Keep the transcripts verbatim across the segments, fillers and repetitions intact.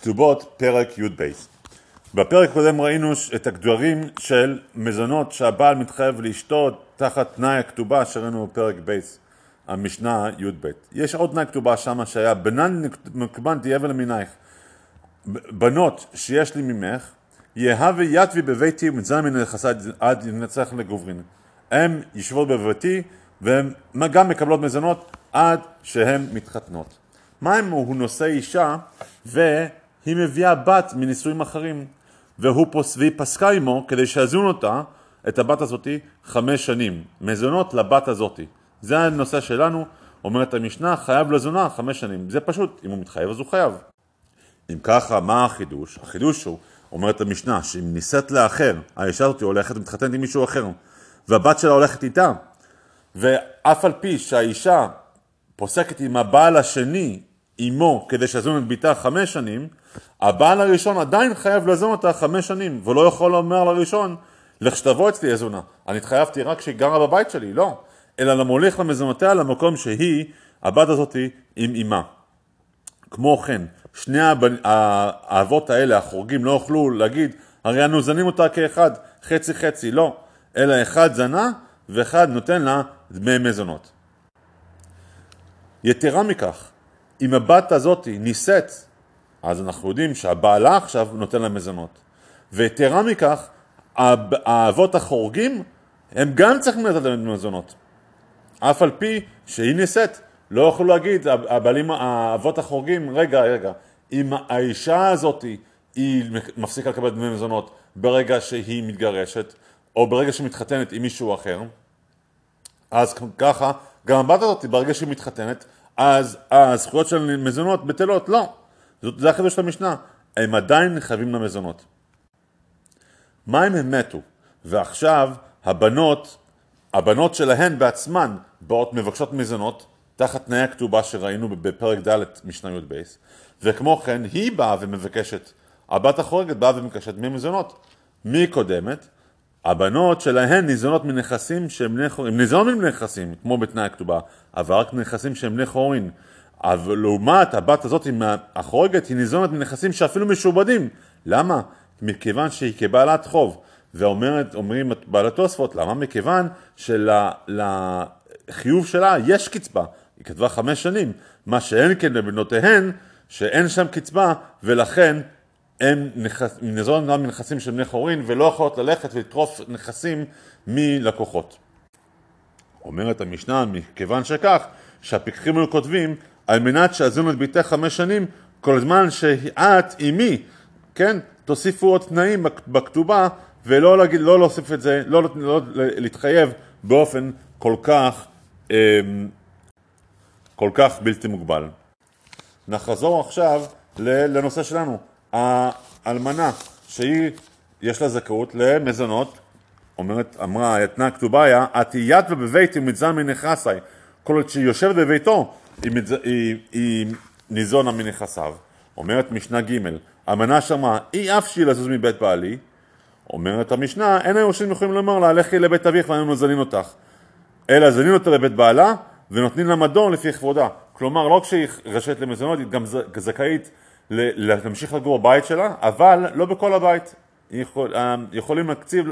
כתובות פרק י' בייס. בפרק קודם ראינו את הגדרים של מזונות שהבעל מתחייב לאשתו תחת תנאי הכתובה שראינו בפרק בייס, המשנה י' ב'. יש עוד תנאי כתובה שם שהיה בנן נקמן תהיה ולמינייך. בנות שיש לי ממך, יהווה יתבי בביתי ומצלם מן החסד עד ינצח לגוברין. הם ישבות בביתי והן גם מקבלות מזונות עד שהן מתחתנות. מה אם הוא נושא אישה והיא מביאה בת מנישואים אחרים, והוא פוס, והיא פסקה עמו כדי שיזון אותה, את הבת הזאת, חמש שנים. מזונות לבת הזאת. זה הנושא שלנו, אומרת המשנה, חייב לזונה חמש שנים. זה פשוט, אם הוא מתחייב אז הוא חייב. אם ככה, מה החידוש? החידוש הוא, אומרת המשנה, שאם ניסית לאחר, האישה הזאת הולכת ומתחתנת עם מישהו אחר, והבת שלה הולכת איתה, ואף על פי שהאישה פוסקת עם הבעל השני, עמו, כדי שיזון את ביתה חמש שנים, הבעל הראשון עדיין חייב לזון אותה חמש שנים, ולא יכול לומר לראשון, לך שתבוא אצלי יזונה. אני התחייבתי רק שהיא גרה בבית שלי, לא. אלא למוליך למזונותיה למקום שהיא, הבת הזאת, עם אימה. כמו כן, שני האבות האלה, החורגים, לא יוכלו להגיד, הרי אנו זנים אותה כאחד, חצי חצי, לא. אלא אחד זנה, ואחד נותן לה דמי מזונות. יתרה מכך, אם הבת הזאת ניסית, אז אנחנו יודעים שהבעלה עכשיו נותן לה מזונות. ויתרה מכך, האבות החורגים, הם גם צריכים לתת להם מזונות. אף על פי שהיא ניסית, לא יכולו להגיד, הבעלים, האבות החורגים, רגע, רגע, אם האישה הזאת היא מפסיקה לקבל דמי מזונות ברגע שהיא מתגרשת, או ברגע שהיא מתחתנת עם מישהו אחר, אז ככה, גם הבת הזאת, ברגע שהיא מתחתנת, אז הזכויות של מזונות בטלות, לא. זה החידוש של המשנה. הם עדיין חייבים למזונות. מה אם הם מתו? ועכשיו הבנות, הבנות שלהן בעצמן באות מבקשות מזונות, תחת תנאי הכתובה שראינו בפרק ד' משנה י' בייס, וכמו כן היא באה ומבקשת, הבת החורגת באה ומבקשת ממזונות. מי קודמת? הבנות שלהן ניזונות מנכסים שהם בני חורין, ניזונות מנכסים, כמו בתנאי הכתובה, אבל רק מנכסים שהם בני חורין. אבל לעומת הבת הזאת החורגת, היא ניזונת מנכסים שאפילו משובדים. למה? מכיוון שהיא כבעלת חוב. ואומרת, אומרים בעלת תוספות, למה? מכיוון שלחיוב שלה יש קצבה. היא כתבה חמש שנים. מה שאין כן לבנותיהן, שאין שם קצבה, ולכן הם ניזונות מנכסים של בני חורין, ולא יכולות ללכת ולטרוף נכסים מלקוחות. אומרת המשנה, מכיוון שכך, שהפיקחים היו כותבים, על מנת שיזונו את ביתך חמש שנים, כל זמן שאת עימי, כן, תוסיפו עוד תנאים בכתובה, ולא להגיד, לא להוסיף את זה, לא, לא להתחייב באופן כל כך, כל כך בלתי מוגבל. נחזור עכשיו לנושא שלנו. האלמנה, שהיא, יש לה זכאות למזונות, אומרת, אמרה, התנא הכתובה היה, עטיית ובבית עם מצזן מנכסי, כל עוד שהיא יושבת בביתו, היא, היא, היא ניזונה מנכסיו. אומרת משנה ג' המנה שמה, אי אף שהיא לזוז מבית בעלי, אומרת המשנה, אין היורשים יכולים לומר לה, לכי לבית אביך ואנו נזנין אותך. אלא זנין אותה לבית בעלה, ונותנים לה מדור לפי כבודה. כלומר, לא כשהיא רשת למזונות, היא גם זכאית להמשיך לגור בבית שלה, אבל לא בכל הבית. יכול, יכולים להקציב,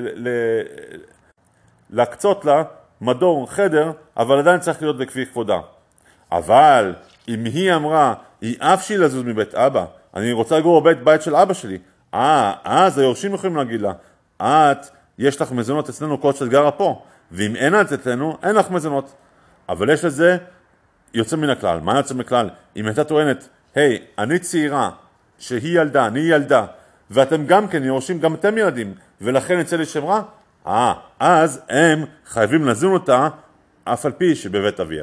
להקצות לה מדור, חדר, אבל עדיין צריך להיות בכפי כבודה. אבל אם היא אמרה, היא אף שהיא לזוז מבית אבא, אני רוצה לגור בבית בית של אבא שלי, אה, אז היורשים יכולים להגיד לה, את, יש לך מזונות אצלנו כל שאת גרה פה, ואם אין את אצלנו, אין לך מזונות. אבל יש לזה יוצא מן הכלל. מה יוצא מכלל? אם הייתה טוענת, היי, אני צעירה, שהיא ילדה, אני ילדה, ואתם גם כן יורשים, גם אתם ילדים, ולכן יצא לי שמרה, אה, אז הם חייבים לזון אותה, אף על פי שבבית אביה.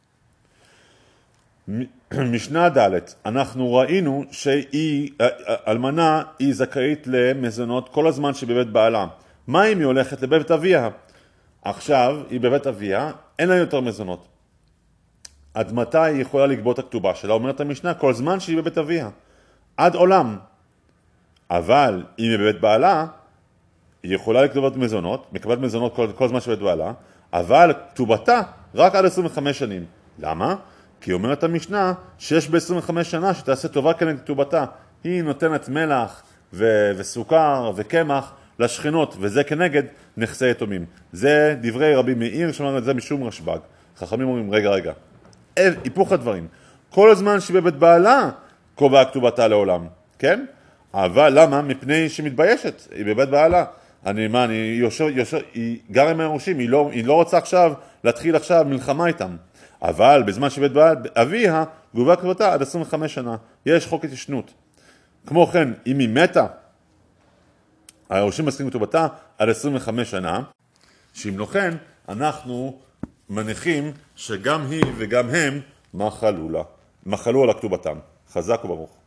משנה ד' אנחנו ראינו שהיא, אלמנה היא זכאית למזונות כל הזמן שבבית בעלה. מה אם היא הולכת לבית אביה? עכשיו היא בבית אביה, אין לה יותר מזונות. עד מתי היא יכולה לגבות הכתובה שלה? אומרת המשנה, כל זמן שהיא בבית אביה. עד עולם. אבל אם היא בבית בעלה, היא יכולה לגבות מזונות, מקבלת מזונות כל, כל זמן שבבית בעלה, אבל כתובתה רק עד עשרים וחמש שנים. למה? כי אומרת המשנה שיש ב-עשרים וחמש שנה שתעשה טובה כנגד כתובתה. היא נותנת מלח ו- וסוכר וקמח לשכנות, וזה כנגד נכסי יתומים. זה דברי רבי מאיר, שמענו את זה משום רשב"ג. חכמים אומרים, רגע, רגע, היפוך הדברים. כל הזמן שהיא בבית בעלה, קובע כתובתה לעולם, כן? אבל למה? מפני שהיא מתביישת, היא בבית בעלה. אני, מה, אני יושר, יושר, היא גרה עם הירושים, היא לא, היא לא רוצה עכשיו להתחיל עכשיו מלחמה איתם. אבל בזמן שבית בעל אביה, גובה כתובתה עד עשרים וחמש שנה. יש חוק התיישנות. כמו כן, אם היא מתה, הירושים מסכים כתובתה עד עשרים וחמש שנה, שאם לא כן, אנחנו מניחים שגם היא וגם הם מחלו לה, מחלו על כתובתם. חזק וברוך.